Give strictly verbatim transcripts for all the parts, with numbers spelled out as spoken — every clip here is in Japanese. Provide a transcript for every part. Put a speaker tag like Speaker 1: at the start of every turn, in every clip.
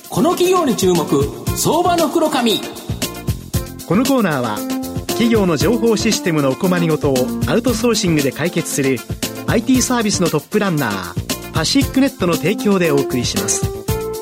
Speaker 1: この企業に注目、相場の福の神。
Speaker 2: このコーナーは企業の情報システムのお困りごとをアウトソーシングで解決する アイティー サービスのトップランナーパシックネットの提供でお送りします。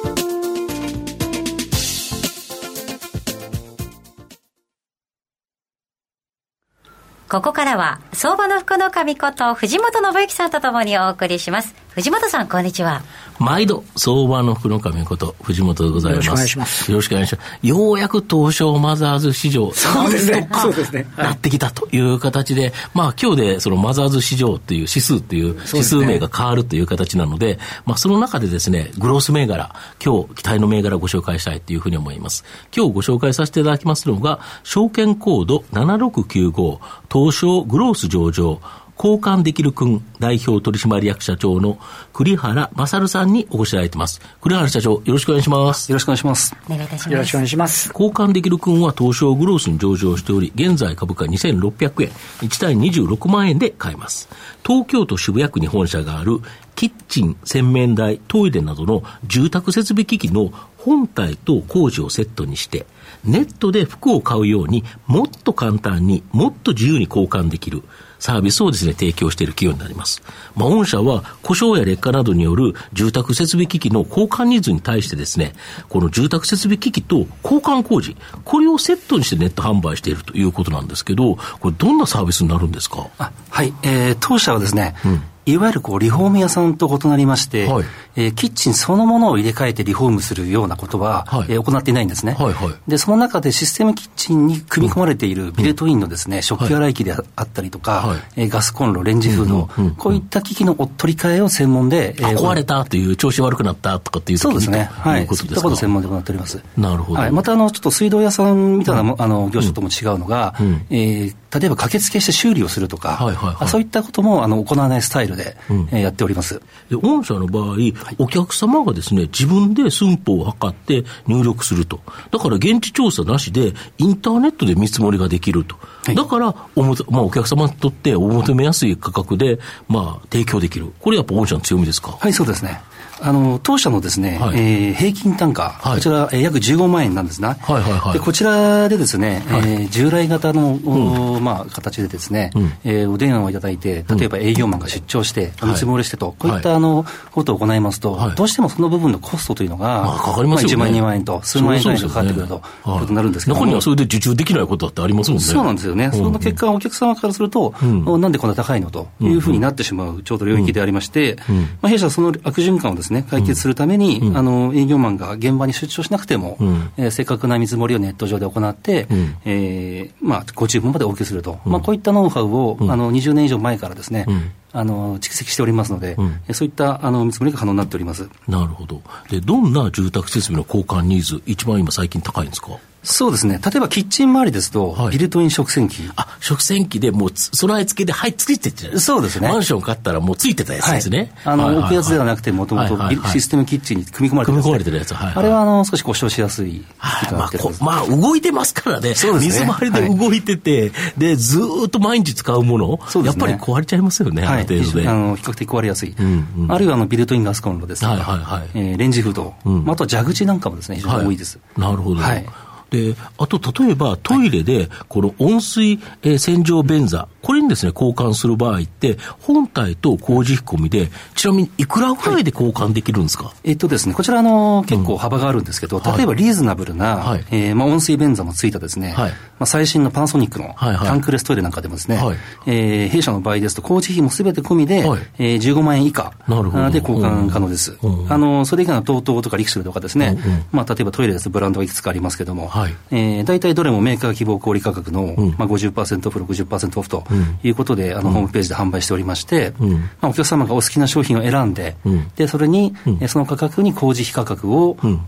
Speaker 3: ここからは相場の福の神こと藤本信之さんとともにお送りします。藤本さん、こんにちは。毎
Speaker 4: 度相場の福の神こと藤本でございます。よろしくお願いします。よろしくお願いします。ようやく東証マザーズ市場、
Speaker 2: そうですね、そうですね、
Speaker 4: なってきたという形で、まあ今日でそのマザーズ市場っていう指数っていう指数名が変わるという形なので、まあその中でですね、グロース銘柄、今日期待の銘柄をご紹介したいというふうに思います。今日ご紹介させていただきますのが、証券コードななろくきゅうご、東証グロース上場、交換できる君代表取締役社長の栗原勝さんにお越しいただいています。栗原社長、よろしくお願いします。
Speaker 5: よろしくお願いします。
Speaker 3: お願いいたします。
Speaker 2: よろしくお願いします。
Speaker 4: 交換できる君は東証グロースに上場しており、現在株価にせんろっぴゃくえん、いちたいにじゅうろくまんえんで買えます。東京都渋谷区に本社があるキッチン、洗面台、トイレなどの住宅設備機器の本体と工事をセットにして、ネットで服を買うようにもっと簡単にもっと自由に交換できるサービスをですね、提供している企業になります。まあ、御社は故障や劣化などによる住宅設備機器の交換ニーズに対してですね、この住宅設備機器と交換工事、これをセットにしてネット販売しているということなんですけど、これどんなサービスになるんですか？
Speaker 5: あ、はい、えー、当社はですね、うんいわゆるこうリフォーム屋さんと異なりまして、はいえー、キッチンそのものを入れ替えてリフォームするようなことは、はいえー、行っていないんですね、はいはい、でその中でシステムキッチンに組み込まれているビルトインのですね、うん、食器洗い機であったりとか、はいえー、ガスコンロ、レンジフード、うんうんうん、こういった機器の取り替えを専門で、
Speaker 4: えー、壊れたという調子悪くなったとかっていう時に
Speaker 5: そうですね、はい、
Speaker 4: いうことですか？
Speaker 5: そういったことを専門で行っております。
Speaker 4: なるほど、
Speaker 5: はい、またあのちょっと水道屋さんみたいな、うん、あの業種とも違うのが、うんえー、例えば駆けつけして修理をするとか、はいはいはい、そういったこともあの行わないスタイルで、うんえー、やっております。
Speaker 4: で御社の場合、はい、お客様がですね自分で寸法を測って入力すると。だから現地調査なしでインターネットで見積もりができると、はい、だからおも、まあ、お客様にとってお求めやすい価格で、まあ、提供できる。これやっぱ御社の強みですか？
Speaker 5: はい、そうですね。あの当社のですね、はいえー、平均単価、はい、こちら、えー、約じゅうごまんえんなんですね、はいはいはい、でこちらでですね、はいえー、従来型の、うんまあ、形でですね、うんえー、お電話をいただいて、例えば営業マンが出張して、うん、見積もりしてと、こういったあのことを行いますと、はい、どうしてもその部分のコストというのが、まあかかりますよね、まあ、いちまんえんにまんえんと数万円単位でかかってくるということになるんですけども、
Speaker 4: 中にはそれで受注できないことだってありますもんね。
Speaker 5: そうなんですよね、うん、その結果お客様からすると、うん、なんでこんな高いのというふうになってしまうちょうど領域でありまして、うんうんまあ、弊社はその悪循環をですね解決するために、うん、あの営業マンが現場に出張しなくても、うんえー、正確な見積もりをネット上で行って、うんえーまあ、ご注文までお受けすると、うんまあ、こういったノウハウを、うん、あのにじゅうねん以上前からですね、うんあの蓄積しておりますので、うん、そういったあの見積もりが可能になっております。
Speaker 4: なるほど。でどんな住宅設備の交換ニーズ一番今最近高いんですか？
Speaker 5: そうですね、例えばキッチン周りですと、はい、ビルトイン食洗機、
Speaker 4: あ食洗機でもう備え付けではいついてて、
Speaker 5: そうですね、
Speaker 4: マンション買ったらもうついてたやつですね、
Speaker 5: はい、あの、はいはいはい、置くやつではなくてもともとシステムキッチンに組み込まれてるやつ、
Speaker 4: 組み込まれてるやつ、はいはい、
Speaker 5: あれはあの少し故障しやすい、
Speaker 4: はいまあ、こまあ動いてますからね、そうですね、水回りで動いてて、はい、でずーっと毎日使うもの、そうですね、やっぱり壊れちゃいますよね、
Speaker 5: はい、
Speaker 4: ある程度で、
Speaker 5: あの比較的壊れやすい、うんうん、あるいはあのビルトインガスコンロですとか、はいはいはいえー、レンジフード、うんまあ、あとは蛇口なんかもですね非常に多いです、
Speaker 4: はい、なるほど、はいであと例えばトイレでこの温水、えー、洗浄便座これにですね交換する場合って本体と工事費込みでちなみにいくらぐらいで交換できるんですか？はい、
Speaker 5: えっとですねこちらの結構幅があるんですけど、うん、例えばリーズナブルな、はいえーまあ、温水便座もついたですね、はいまあ、最新のパナソニックのタンクレストイレなんかでもですね、はいえー、弊社の場合ですと工事費もすべて込みで、はいえー、じゅうごまんえん以下で交換可能です、うん、あのそれ以外の トートー とかリクシルとかですね、うんうんまあ、例えばトイレですとブランドがいくつかありますけども、はいえー、大体どれもメーカー希望小売価格の、うんまあ、ごじゅっパーセントオフ ろくじゅっパーセント オフということで、うん、あのホームページで販売しておりまして、うんまあ、お客様がお好きな商品を選んで、うん、でそれに、うん、その価格に工事費価格を、うん、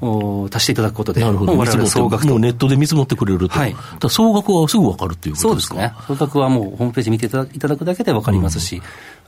Speaker 5: 足していただくことで、
Speaker 4: なるほど、
Speaker 5: もう我々総額と
Speaker 4: もうネットで見積もってくれると、はい、だ総額はすぐ分かるということですか？
Speaker 5: そうですね、総額はもうホームページ見ていただくだけで分かりますし、うん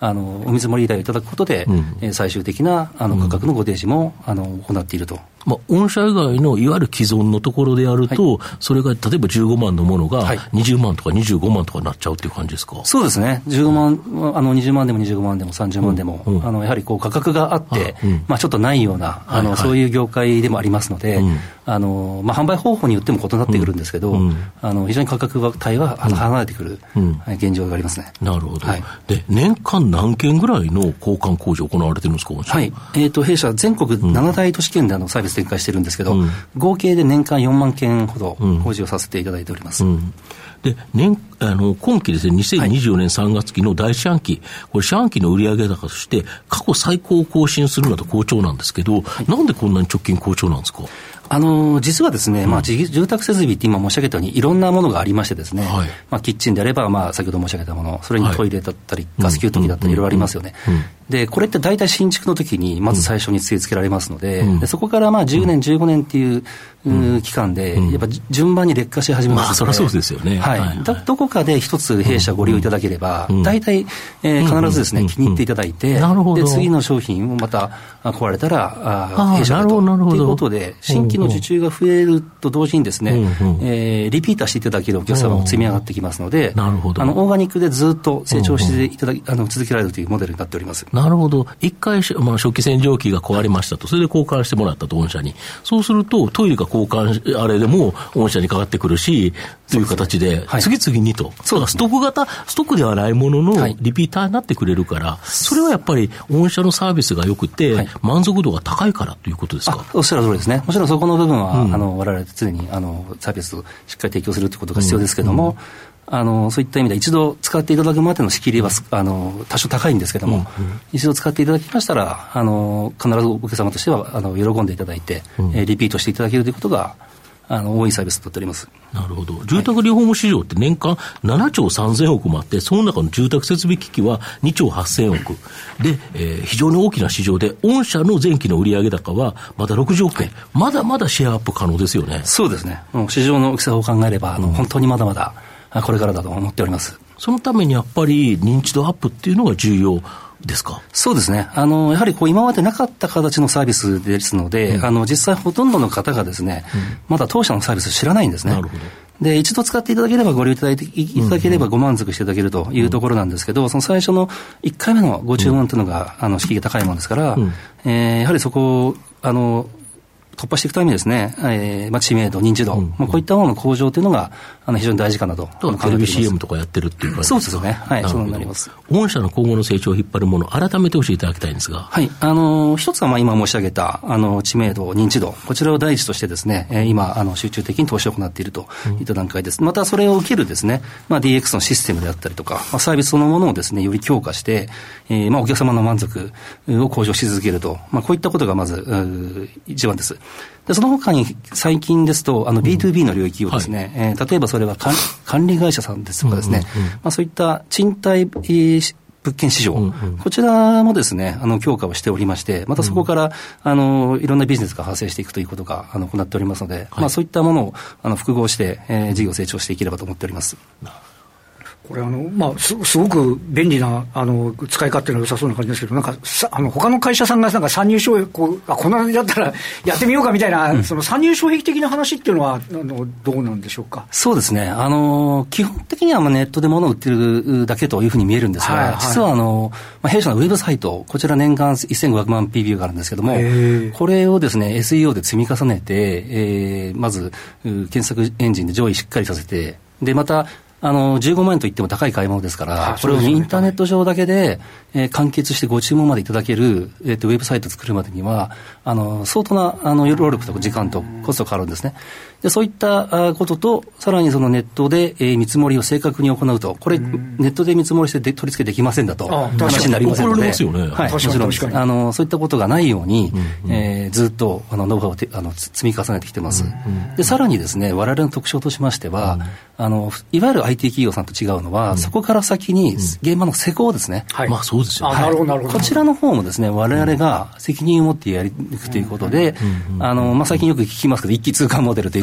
Speaker 5: あのお見積もり依頼をいただくことで、うんえー、最終的なあの価格のご提示も、うん、あの行っていると。
Speaker 4: まあ、御社以外のいわゆる既存のところでやると、はい、それが例えばじゅうごまんのものがにじゅうまんとかにじゅうごまんとかになっちゃうっていう感じですか？
Speaker 5: そうですね。じゅうごまん、あのにじゅうまんでもにじゅうごまんでもさんじゅうまんでも、うんうん、あのやはりこう価格があって、あうん、まあ、ちょっとないようなあの、はいはい、そういう業界でもありますので、うんあのまあ、販売方法によっても異なってくるんですけど、うん、あの非常に価格帯は離れてくる、うん、現状がありますね。
Speaker 4: なるほど、はい、で年間何件ぐらいの交換工事行われてるんですか？
Speaker 5: はい、えー、と弊社全国なな大都市圏であのサービス展開してるんですけど、うん、合計で年間よんまんけんほど工事をさせていただいております、うんうん
Speaker 4: で年あの今期ですね、にせんにじゅうねんさんがつきのだい四半期、これ四半期の売上高として過去最高を更新するなど好調なんですけど、はい、なんでこんなに直近好調なんですか？
Speaker 5: あの実はですね、まあ、住宅設備って今申し上げたようにいろんなものがありましてですね、はいまあ、キッチンであれば、まあ、先ほど申し上げたもの、それにトイレだったり、はい、ガス給湯器だったりいろいろありますよね、うんうんうん、でこれって大体新築の時にまず最初に据え付けられますの で,、うん、でそこからまあじゅうねんじゅうごねんっていう、うん、期間でやっぱ順番に劣化し始めますので、まあ、
Speaker 4: そりゃそうですよね、
Speaker 5: はいはいはい、だどこかで一つ弊社ご利用いただければ、うん、大体、えー、必ずですね、うん、気に入っていただいて、うん、で次の商品をまた来られたらあ弊社だとということで新規の受注が増えると同時にですね、うんうんえー、リピーターしていただけるお客様も積み上がってきますので、なるほど、あのオーガニックでずっと成長していただき、あの続けられるというモデルになっております。
Speaker 4: なるほど。一回、まあ、食器洗浄機が壊れましたと、それで交換してもらったと御社に、そうするとトイレが交換あれでも御社にかかってくるしという形で次々にと、そうですね、ストック型ストックではないもののリピーターになってくれるから、はい、それはやっぱり御社のサービスが良くて、はい、満足度が高いからということですか？
Speaker 5: おっしゃる通りですね。もちろんそこの部分は、うん、あの我々常にあのサービスをしっかり提供するということが必要ですけども、うんうんあのそういった意味で一度使っていただくまでの仕切りはあの多少高いんですけども、うんうん、一度使っていただきましたらあの必ずお客様としてはあの喜んでいただいて、うんえー、リピートしていただけるということがあの多いサービスとなっております。
Speaker 4: なるほど。住宅リフォーム市場って年間ななちょうさんぜんおくもあって、その中の住宅設備機器はにちょうはっせんおくで、えー、非常に大きな市場で御社の前期の売上高はまだろくじゅうおくえん、はい、まだまだシェアアップ可能ですよね。
Speaker 5: そうですね。市場の大きさを考えればあの、うん、本当にまだまだこれからだと思っております。
Speaker 4: そのためにやっぱり認知度アップっていうのが重要ですか？
Speaker 5: そうですね。あのやはりこう今までなかった形のサービスですので、うん、あの実際ほとんどの方がですね、うん、まだ当社のサービスを知らないんですね。なるほど。で一度使っていただければご利用いただいていただければご満足していただけるというところなんですけど、うん、その最初のいっかいめのご注文というのが、うん、あの敷居が高いものですから、うんえー、やはりそこをあの突破していくためにですね、えーまあ、知名度、認知度、うんうんまあ、こういったものの向上というのがあの非常に大事かなと考えています。
Speaker 4: テレビ シーエム とかやってるっていう感じですか？
Speaker 5: そうですね。はい、そうなります。
Speaker 4: 御社の今後の成長を引っ張るもの、改めて教えていただきたいんですが。
Speaker 5: はい、あの一つはまあ今申し上げたあの知名度、認知度、こちらを第一としてですね、えー、今あの集中的に投資を行っているといった段階です。うん、またそれを受けるですね、まあ、ディーエックス のシステムであったりとか、まあ、サービスそのものをですねより強化して、えーまあ、お客様の満足を向上し続けると、まあ、こういったことがまず一番です。でその他に最近ですとあの ビーツービー の領域をですね、うんはいえー、例えばそれは管理会社さんですとかですね、うんうんうんまあ、そういった賃貸、えー物件市場、うんうん、こちらもですねあの強化をしておりまして、またそこから、うん、あのいろんなビジネスが派生していくということがあの行っておりますので、はいまあ、そういったものをあの複合して、えー、事業成長していければと思っております。
Speaker 6: これあの、まあ、す, すごく便利なあの使い勝手の良さそうな感じですけど、なんかさあの他の会社さんがなんか参入障壁こうあこんなだったらやってみようかみたいな、うん、その参入障壁的な話っていうのはあのどうなんでしょうか？
Speaker 5: そうですね、あの基本的にはまあネットで物を売ってるだけというふうに見えるんですが、はいはい、実はあの、まあ、弊社のウェブサイト、こちら年間せんごひゃくまんピービューがあるんですけども、これをですね エスイーオー で積み重ねて、えー、まず検索エンジンで上位しっかりさせて、でまたあのじゅうごまんえんといっても高い買い物ですから、これをインターネット上だけで、えー、完結してご注文までいただける、えー、とウェブサイトを作るまでにはあの相当なあの労力と時間とコストがかかるんですね。でそういったこととさらにそのネットで、えー、見積もりを正確に行うと、これネットで見積もりしてで取り付けできませんだと話になりませんので、はい、もちろんあのそういったことがないように、うんうんえー、ずっとあのノウハウをてあの積み重ねてきてます。うんうん、でさらにですね我々の特徴としましては、うん、あのいわゆる アイティー 企業さんと違うのは、うん、そこから先に現場の施工ですね、
Speaker 4: はい、まあそうですよね、
Speaker 6: なるほどなるほど、
Speaker 5: こちらの方もですね我々が責任を持ってやりいくということで、うんうんうん、あのまあ、最近よく聞きますけど一気通貫モデルというこ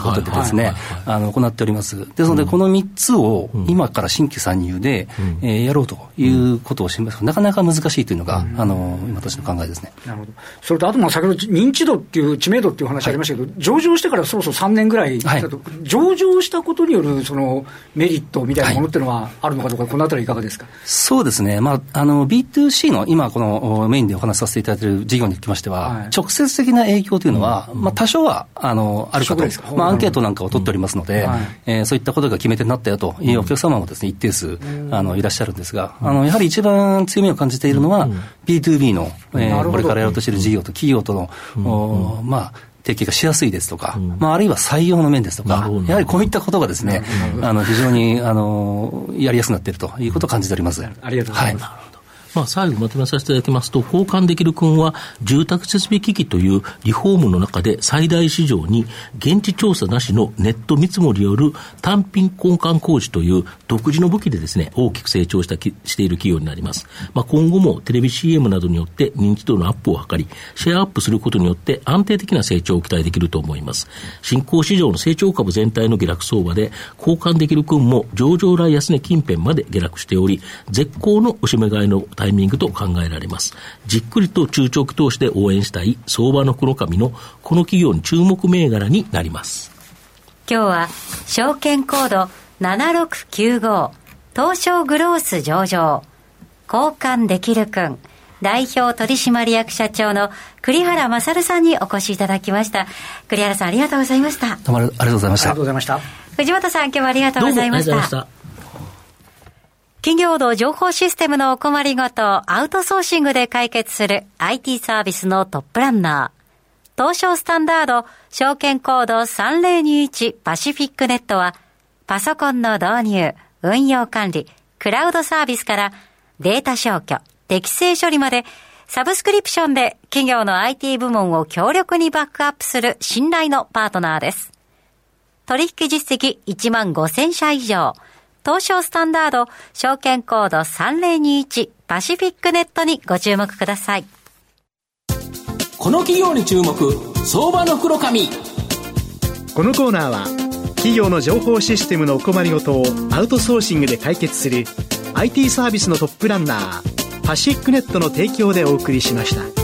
Speaker 5: ことでですね、あの行っております。ですので、このみっつを今から新規参入で、うん、えー、やろうということをします。なかなか難しいというのが、うん、あの今私の考えですね。
Speaker 6: なるほど。それとあとも先ほど認知度っていう知名度っていう話ありましたけど、はい、上場してからそろそろさんねんぐらいだと、はい、上場したことによるそのメリットみたいなものっていうのはあるのかどうか、はい、このあたりいかがですか。
Speaker 5: そうですね。まああの ビーツーシー の今このメインでお話しさせていただいている事業につきましては、はい、直接的な影響というのは、うん、まあ多少はあのあるかと、まあアンケートなんかを取っておりますので、うん、はい、えー、そういったことが決め手になったよというお客様もですね、一定数、うん、あのいらっしゃるんですが、あのやはり一番強みを感じているのは、うん、ビーツービー の、えー、これからやろうとしている事業と企業との、うん、まあ提携がしやすいですとか、うん、まあ、あるいは採用の面ですとか、やはりこういったことがですね、あの非常にあのやりやすくなっているということを感じております。
Speaker 6: ありがとうございます。はい、
Speaker 4: まあ、最後まとめさせていただきますと、交換できる君は住宅設備機器というリフォームの中で最大市場に現地調査なしのネット見積もりによる単品交換工事という独自の武器でですね、大きく成長したきしている企業になります。まあ、今後もテレビ シーエム などによって認知度のアップを図り、シェアアップすることによって安定的な成長を期待できると思います。新興市場の成長株全体の下落相場で交換できる君も上場来安値近辺まで下落しており、絶好のおしめ買いのタイミングと考えられます。じっくりと中長期投資で応援したい相場の黒髪のこの企業に注目銘柄になります。
Speaker 3: 今日は証券コードななろくきゅうご東証グロース上場交換できる君代表取締役社長の栗原勝さんにお越しいただきました。栗原さん、ありがとうございました。
Speaker 5: どうもありがとうございました。
Speaker 6: ありがとうございました。
Speaker 3: 藤本さん、今日はありがとうございました。どうもありがとうございました。企業の情報システムのお困りごとをアウトソーシングで解決する アイティー サービスのトップランナー。東証スタンダード証券コードさんぜろにいちパシフィックネットはパソコンの導入、運用管理、クラウドサービスからデータ消去、適正処理までサブスクリプションで企業の アイティー 部門を強力にバックアップする信頼のパートナーです。取引実績いちまんごせんしゃ以上。東証スタンダード証券コードさんぜろにいちパシフィックネットにご注目ください。
Speaker 1: この企業に注目、相場の黒髪。
Speaker 2: このコーナーは企業の情報システムのお困りごとをアウトソーシングで解決する アイティー サービスのトップランナーパシフィックネットの提供でお送りしました。